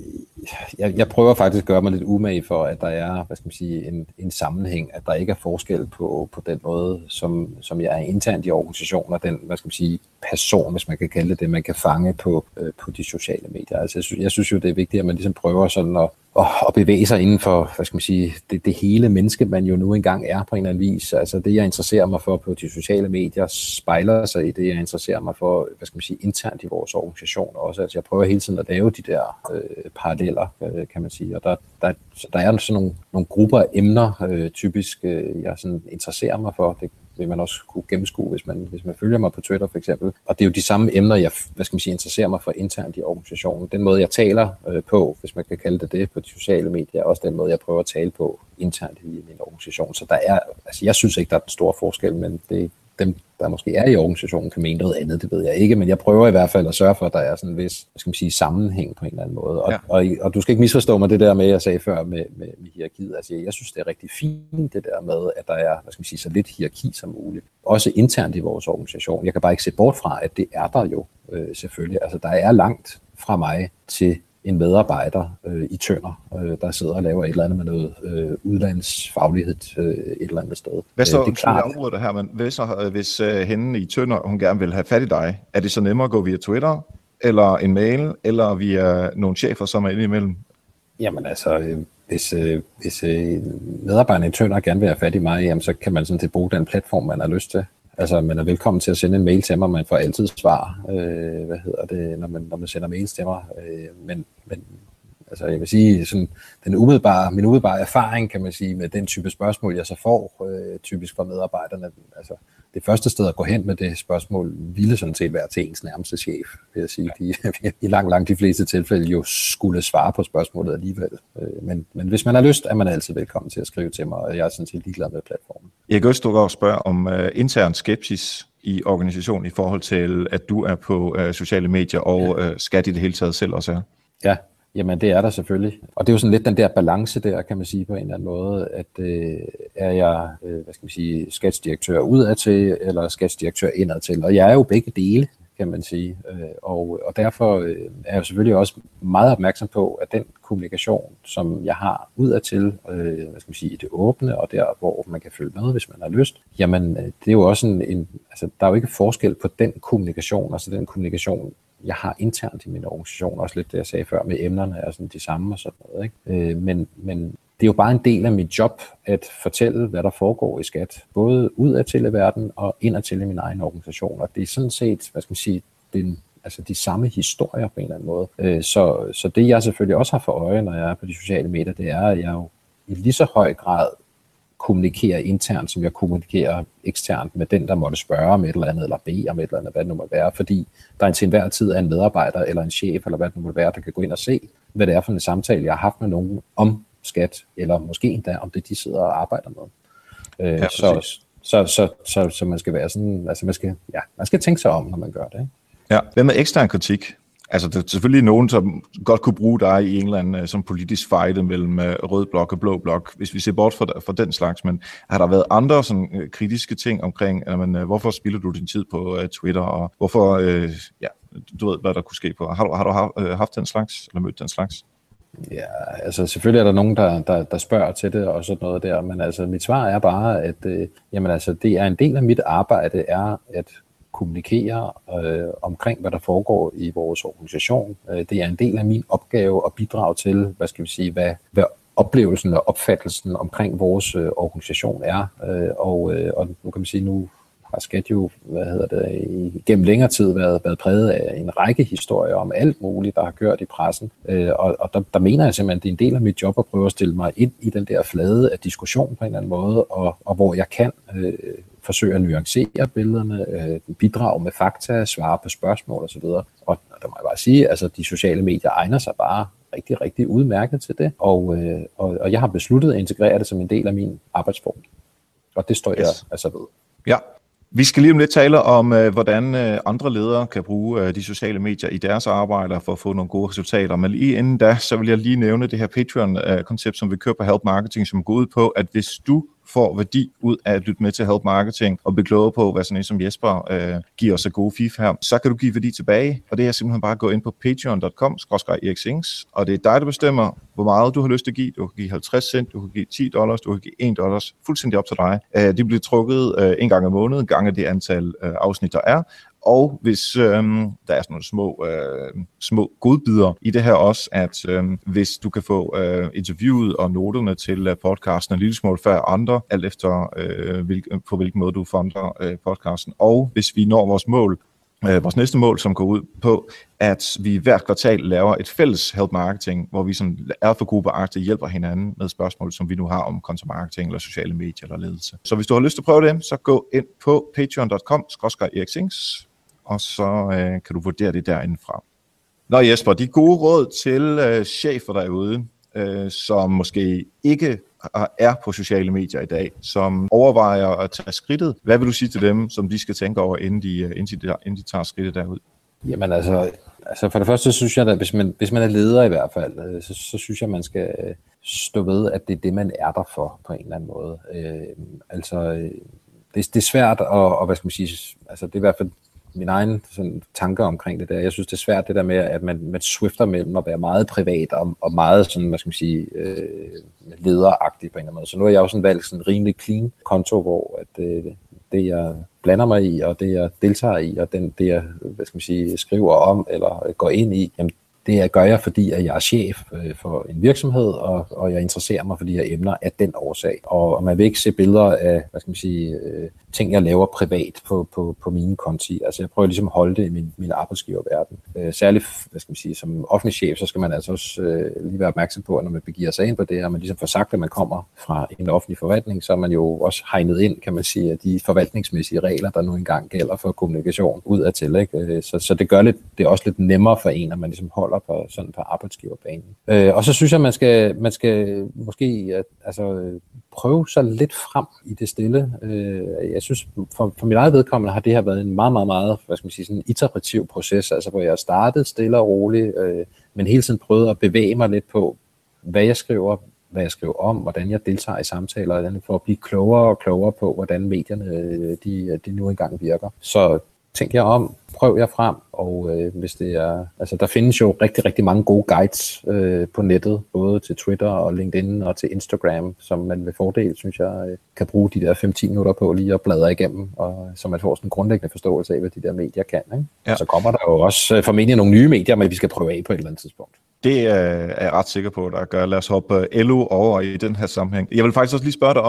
Speaker 1: jeg, jeg prøver faktisk at gøre mig lidt umage for, at der er, hvad skal man sige, en, en sammenhæng, at der ikke er forskel på, på den måde, som, som jeg er internt i organisationen, og den, hvad skal man sige, person, hvis man kan kalde det det, man kan fange på, øh, på de sociale medier. Altså, jeg synes, jeg synes jo, det er vigtigt, at man ligesom prøver sådan at, at, at bevæge sig inden for, hvad skal man sige, det, det hele menneske, man jo nu engang er på en eller anden vis. Altså, det, jeg interesserer mig for på de sociale medier, spejler sig i det, jeg interesserer mig for, hvad skal man sige, internt i vores organisation også. Altså, jeg prøver hele tiden at lave de der øh, paralleller, øh, kan man sige, og der, der, der er sådan nogle, nogle grupper af emner, øh, typisk, øh, jeg sådan interesserer mig for. Det vil man også kunne gennemskue, hvis man, hvis man følger mig på Twitter for eksempel. Og det er jo de samme emner, jeg, hvad skal man sige, interesserer mig for internt i organisationen. Den måde, jeg taler øh, på, hvis man kan kalde det det, på de sociale medier, er også den måde, jeg prøver at tale på internt i min organisation. Så der er, altså jeg synes ikke, der er den store forskel, men det dem, der måske er i organisationen, kan mene noget andet, det ved jeg ikke, men jeg prøver i hvert fald at sørge for, at der er sådan en vis, hvad skal man sige, sammenhæng på en eller anden måde. Og, ja. og, og du skal ikke misforstå mig det der med, jeg sagde før med, med, med hierarkiet. Altså, jeg synes, det er rigtig fint, det der med, at der er, hvad skal man sige, så lidt hierarki som muligt. Også internt i vores organisation. Jeg kan bare ikke se bort fra, at det er der jo øh, selvfølgelig. Altså, der er langt fra mig til en medarbejder øh, i Tønder, øh, der sidder og laver et eller andet med noget øh, udlandsfaglighed øh, et eller andet sted.
Speaker 2: Hvad så,
Speaker 1: øh, det er klart.
Speaker 2: Jeg det her, men hvad så, hvis øh, hende i Tønder, hun gerne vil have fat i dig, er det så nemmere at gå via Twitter, eller en mail, eller via nogle chefer, som er inde imellem?
Speaker 1: Jamen altså, øh, hvis, øh, hvis øh, medarbejderne i Tønder gerne vil have fat i mig, jamen, så kan man sådan set bruge den platform, man har lyst til. Altså, man er velkommen til at sende en mail til mig, man får altid svar, øh, hvad hedder det, når man, når man sender mails til mig. Øh, men, men altså, jeg vil sige, sådan, den umiddelbare, min umiddelbare erfaring, kan man sige, med den type spørgsmål, jeg så får, øh, typisk fra medarbejderne, altså, det første sted at gå hen med det spørgsmål, ville sådan set være til ens nærmeste chef, vil jeg sige. De, i langt, langt de fleste tilfælde jo skulle svare på spørgsmålet alligevel. Øh, men, men hvis man har lyst, er man altid velkommen til at skrive til mig, og jeg er sådan set ligeglad med platformen.
Speaker 2: Jeg kan også og spørge om uh, intern skepsis i organisationen i forhold til, at du er på uh, sociale medier, og ja. uh, skat i det hele taget selv også er.
Speaker 1: Ja, jamen det er der selvfølgelig. Og det er jo sådan lidt den der balance der, kan man sige på en eller anden måde, at øh, er jeg, øh, hvad skal man sige, skatsdirektør udadtil, eller skatsdirektør indadtil. Og jeg er jo begge dele, kan man sige. Øh, og, og derfor øh, er jeg selvfølgelig også meget opmærksom på, at den kommunikation, som jeg har udadtil, øh, hvad skal man sige, i det åbne, og der, hvor man kan følge med, hvis man har lyst, jamen det er jo også en, en altså der er jo ikke forskel på den kommunikation, altså den kommunikation, jeg har internt i min organisation, også lidt det, jeg sagde før, med emnerne er sådan de samme og sådan noget, ikke? Øh, men, men det er jo bare en del af mit job at fortælle, hvad der foregår i skat, både udadtil i verden og indadtil i min egen organisation. Og det er sådan set, hvad skal man sige, det er en, altså de samme historier på en eller anden måde. Øh, så, så det jeg selvfølgelig også har for øje, når jeg er på de sociale medier, det er, at jeg jo i lige så høj grad kommunikerer internt, som jeg kommunikerer eksternt med den, der måtte spørge om et eller andet, eller bede om et eller andet, hvad det nu må være, fordi der er til enhver tid er en medarbejder, eller en chef, eller hvad det nu må være, der kan gå ind og se, hvad det er for en samtale, jeg har haft med nogen om skat, eller måske endda om det, de sidder og arbejder med. Øh, ja, så, så, så, så, så man skal være sådan, altså man skal, ja, man skal tænke sig om, når man gør det. Ikke?
Speaker 2: Ja, hvad med ekstern kritik? Altså, der er selvfølgelig nogen, som godt kunne bruge dig i en eller anden som politisk fejde mellem rød blok og blå blok, hvis vi ser bort fra, fra den slags, men har der været andre sådan, kritiske ting omkring, jamen, hvorfor spilder du din tid på uh, Twitter, og hvorfor, øh, ja, du ved, hvad der kunne ske på. Har du, har du haft den slags, eller mødt den slags?
Speaker 1: Ja, altså selvfølgelig er der nogen, der, der, der spørger til det og sådan noget der, men altså mit svar er bare, at øh, jamen, altså, det er en del af mit arbejde, er at kommunikere øh, omkring, hvad der foregår i vores organisation. Øh, det er en del af min opgave at bidrage til, hvad skal vi sige, hvad, hvad oplevelsen og opfattelsen omkring vores øh, organisation er. Øh, og, øh, og nu kan man sige, nu har Skat jo, hvad hedder det, gennem længere tid været, været præget af en række historier om alt muligt, der har kørt i pressen. Øh, og og der, der mener jeg simpelthen, at det er en del af mit job at prøve at stille mig ind i den der flade af diskussion på en eller anden måde, og, og hvor jeg kan øh, forsøge at nuancere billederne, øh, bidrage med fakta, svare på spørgsmål osv. Og, og der må jeg bare sige, altså de sociale medier egner sig bare rigtig, rigtig udmærket til det, og, øh, og, og jeg har besluttet at integrere det som en del af min arbejdsform. Og det står yes. jeg altså ved.
Speaker 2: Ja. Vi skal lige om lidt tale om, øh, hvordan øh, andre ledere kan bruge øh, de sociale medier i deres arbejde for at få nogle gode resultater. Men lige inden da, så vil jeg lige nævne det her Patreon-koncept, som vi kører på Help Marketing, som går ud på, at hvis du får værdi ud af at lytte med til Help Marketing og blive klogere på, hvad sådan en som Jesper øh, giver os af gode fif her, så kan du give værdi tilbage, og det er simpelthen bare at gå ind på patreon punktum com skråstreg erik sings, og det er dig, der bestemmer, hvor meget du har lyst til at give. Du kan give halvtreds cent, du kan give ti dollars, du kan give en dollar, fuldstændig op til dig. Øh, det bliver trukket øh, en gang om måneden, gange det antal øh, afsnit, der er. Og hvis øh, der er sådan nogle små, øh, små godbidder i det her også, at øh, hvis du kan få øh, interviewet og noterne til øh, podcasten en lille smule før andre, alt efter øh, hvil, på hvilken måde du funder øh, podcasten. Og hvis vi når vores mål, øh, vores næste mål, som går ud på, at vi hvert kvartal laver et fælles Help Marketing, hvor vi som alfa-gruppeagtigt hjælper hinanden med spørgsmål, som vi nu har om content marketing eller sociale medier eller ledelse. Så hvis du har lyst til at prøve det, så gå ind på patreon punktum com skråstreg erik sings, og så øh, kan du vurdere det derindefra. Nå Jesper, de gode råd til øh, chefer derude, øh, som måske ikke er på sociale medier i dag, som overvejer at tage skridtet. Hvad vil du sige til dem, som de skal tænke over, inden de, inden de, inden de tager skridtet derud?
Speaker 1: Jamen altså, altså for det første, så synes jeg, at hvis man, hvis man er leder i hvert fald, så, så synes jeg, man skal stå ved, at det er det, man er der for, på en eller anden måde. Øh, altså, det, det er svært at, og hvad skal man sige, altså det er i hvert fald min egen sådan, tanker omkring det der. Jeg synes, det er svært det der med, at man, man swifter mellem at være meget privat og, og meget sådan, hvad skal man sige, øh, lederagtig på en eller anden måde. Så nu har jeg jo sådan valgt sådan en rimelig clean konto, hvor at, øh, det, jeg blander mig i, og det, jeg deltager i, og den, det, jeg hvad skal man sige, skriver om eller går ind i, jamen, det gør jeg, fordi at jeg er chef for en virksomhed, og, og jeg interesserer mig for de her emner af den årsag. Og, og man vil ikke se billeder af, hvad skal man sige, ting, jeg laver privat på, på, på mine konti. Altså jeg prøver ligesom at holde det i min, min arbejdsgiververden. Øh, særligt, hvad skal man sige, som offentlig chef, så skal man altså også øh, lige være opmærksom på, at når man begiver sig ind på det, og man ligesom får sagt, at man kommer fra en offentlig forvaltning, så er man jo også hegnet ind, kan man sige, af de forvaltningsmæssige regler, der nu engang gælder for kommunikation udadtil, ikke? Så, så det gør lidt, det er også lidt nemmere for en, at man ligesom holder på sådan på arbejdsgiverbanen. Øh, og så synes jeg, man skal, man skal måske at, altså, prøve sig lidt frem i det stille. Øh, jeg synes, for, for mit eget vedkommende har det her været en meget, meget, meget, hvad skal man sige, sådan en iterativ proces, altså hvor jeg startede stille og roligt, øh, men hele tiden prøvede at bevæge mig lidt på, hvad jeg skriver, hvad jeg skriver om, hvordan jeg deltager i samtaler, for at blive klogere og klogere på, hvordan medierne de, de nu engang virker. Så tænk jer om, prøv jer frem, og øh, hvis det er, altså der findes jo rigtig, rigtig mange gode guides øh, på nettet, både til Twitter og LinkedIn og til Instagram, som man med fordel, synes jeg, øh, kan bruge de der fem til ti minutter på lige at bladre igennem, og så man får sådan en grundlæggende forståelse af, hvad de der medier kan. Ikke? Ja. Så kommer der jo også øh, formentlig nogle nye medier, men vi skal prøve af på et eller andet tidspunkt.
Speaker 2: Det er jeg ret sikker på, der gør. Lad os hoppe L O over i den her sammenhæng. Jeg vil faktisk også lige spørge dig om,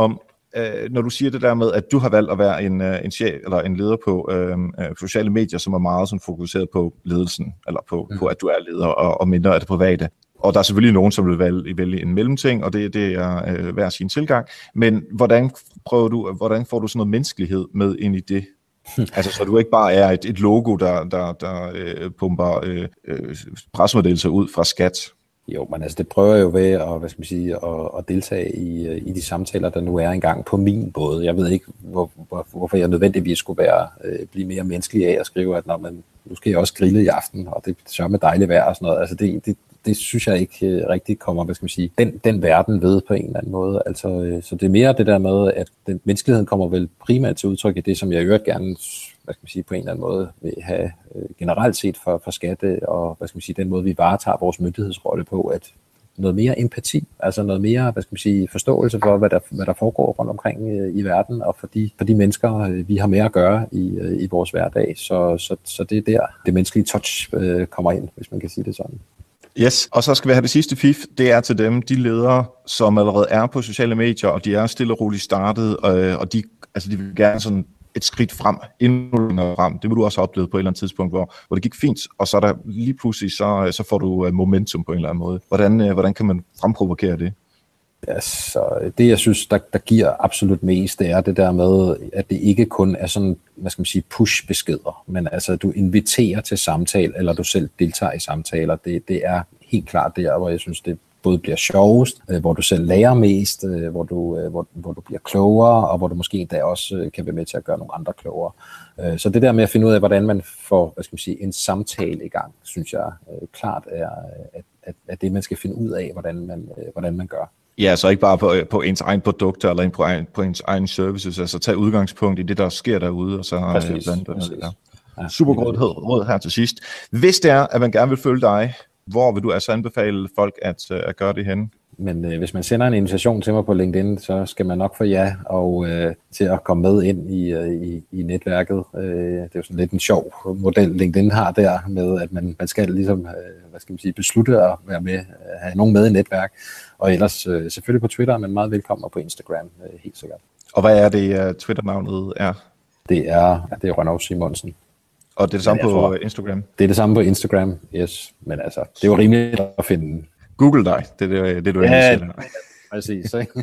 Speaker 2: øh, når du siger det der med, at du har valgt at være en, en chef eller en leder på øh, sociale medier, som er meget sådan fokuseret på ledelsen, eller på, mm. på at du er leder, og, og mindre af det private. Og der er selvfølgelig nogen, som vil vælge, vælge en mellemting, og det, det er øh, hver sin tilgang. Men hvordan prøver du, hvordan får du sådan noget menneskelighed med ind i det? Altså, så du ikke bare er et, et logo, der, der, der øh, pumper øh, øh, pressemeddelelser ud fra skat?
Speaker 1: Jo, men altså det prøver jeg jo ved at, hvad skal man sige, at, at deltage i, i de samtaler, der nu er engang på min båd. Jeg ved ikke, hvor, hvor, hvorfor jeg nødvendigvis skulle være, øh, blive mere menneskelig af at skrive, at når man, nu skal jeg også grille i aften, og det sørger med dejligt vejr og sådan noget. Altså det, det, det synes jeg ikke øh, rigtig kommer, hvad skal man sige, den, den verden ved på en eller anden måde. Altså, øh, så det er mere det der med, at den menneskeligheden kommer vel primært til udtryk i det, som jeg i øvrigt gerne, hvad skal man sige, på en eller anden måde vil have øh, generelt set for, for skatte, og hvad skal man sige, den måde, vi varetager vores myndighedsrolle på, at noget mere empati, altså noget mere, hvad skal man sige, forståelse for, hvad der, hvad der foregår rundt omkring øh, i verden, og for de, for de mennesker, øh, vi har med at gøre i, øh, i vores hverdag. Så, så, så det er der, det menneskelige touch øh, kommer ind, hvis man kan sige det sådan.
Speaker 2: Yes, og så skal vi have det sidste fif, det er til dem, de ledere, som allerede er på sociale medier, og de er stille og roligt startet, øh, og de, altså de vil gerne sådan et skridt frem, endnu længere frem. Det må du også have oplevet på et eller andet tidspunkt, hvor, hvor det gik fint, og så er der lige pludselig, så, så får du momentum på en eller anden måde. Hvordan, øh, hvordan kan man fremprovokere det?
Speaker 1: Ja, så det jeg synes, der, der giver absolut mest, det er det der med, at det ikke kun er sådan, hvad skal man sige, push-beskeder, men altså du inviterer til samtale, eller du selv deltager i samtaler. Det, det er helt klart der, hvor jeg synes, det både bliver sjovest, hvor du selv lærer mest, hvor du, hvor, hvor du bliver klogere, og hvor du måske endda også kan være med til at gøre nogle andre klogere. Så det der med at finde ud af, hvordan man får, hvad skal man sige, en samtale i gang, synes jeg klart er, at, at, at det, man skal finde ud af, hvordan man, hvordan man gør.
Speaker 2: Ja, så ikke bare på, på ens egen produkter, eller på, egen, på ens egen services, altså tage udgangspunkt i det, der sker derude, og så
Speaker 1: præcis,
Speaker 2: blandt
Speaker 1: præcis.
Speaker 2: det der. Ja, super godt råd her til sidst. Hvis det er, at man gerne vil følge dig, hvor vil du altså anbefale folk at, at gøre det henne?
Speaker 1: Men øh, hvis man sender en invitation til mig på LinkedIn, så skal man nok få ja og øh, til at komme med ind i, øh, i, i netværket. Øh, det er jo sådan lidt en sjov model, LinkedIn har der med, at man, man skal ligesom, øh, hvad skal man sige, beslutte at være med, have nogen med i netværk. Og ellers øh, selvfølgelig på Twitter, men meget velkommen, og på Instagram, øh, helt sikkert.
Speaker 2: Og hvad er det, uh, Twitter-navnet er?
Speaker 1: Det er, ja, det er Rønnow Simonsen.
Speaker 2: Og det er det samme på tror, Instagram?
Speaker 1: Det er det samme på Instagram, yes. Men altså, det er jo rimeligt at finde.
Speaker 2: Google dig, det er det, det du
Speaker 1: ja,
Speaker 2: egentlig siger.
Speaker 1: Præcis, ikke?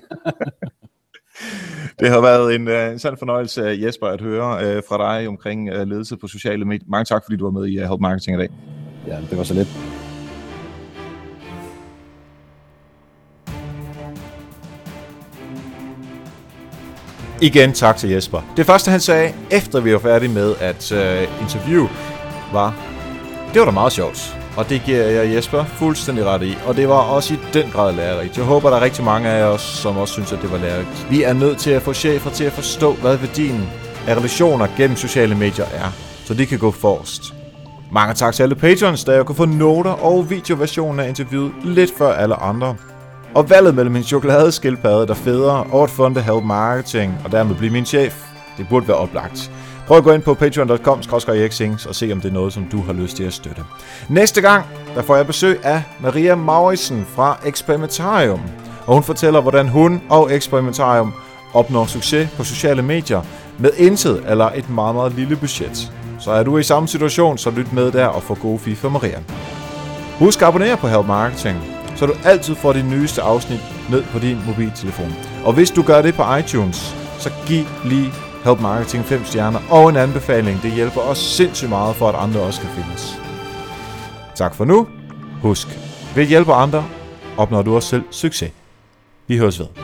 Speaker 2: Det har været en, en sand fornøjelse, Jesper, at høre uh, fra dig omkring uh, ledelse på sociale medier. Mange tak, fordi du var med i uh, Help Marketing i dag.
Speaker 1: Ja, det var så lidt.
Speaker 2: Igen tak til Jesper. Det første han sagde, efter vi var færdige med at uh, interview, var, det var da meget sjovt. Og det giver jeg Jesper fuldstændig ret i. Og det var også i den grad lærerigt. Jeg håber, der er rigtig mange af os, som også synes, at det var lærerigt. Vi er nødt til at få chefer til at forstå, hvad værdien af relationer gennem sociale medier er, så de kan gå forrest. Mange tak til alle patrons, der jeg kunne få noter og videoversionen af interviewet lidt før alle andre. Og valget mellem en chokoladeskildpadde, der federe, og at funde Help Marketing, og dermed blive min chef, det burde være oplagt. Prøv at gå ind på patreon punktum com skråstreg erik sings og se, om det er noget, som du har lyst til at støtte. Næste gang, der får jeg besøg af Maria Mauritzen fra Experimentarium. Og hun fortæller, hvordan hun og Experimentarium opnår succes på sociale medier med intet eller et meget, meget lille budget. Så er du i samme situation, så lyt med der og få gode fif for Maria. Husk at abonnere på Help Marketing, så du altid får de nyeste afsnit ned på din mobiltelefon. Og hvis du gør det på iTunes, så giv lige Help Marketing fem stjerner og en anbefaling. Det hjælper os sindssygt meget for, at andre også kan findes. Tak for nu. Husk, ved at hjælpe andre, opnår du også selv succes. Vi høres ved.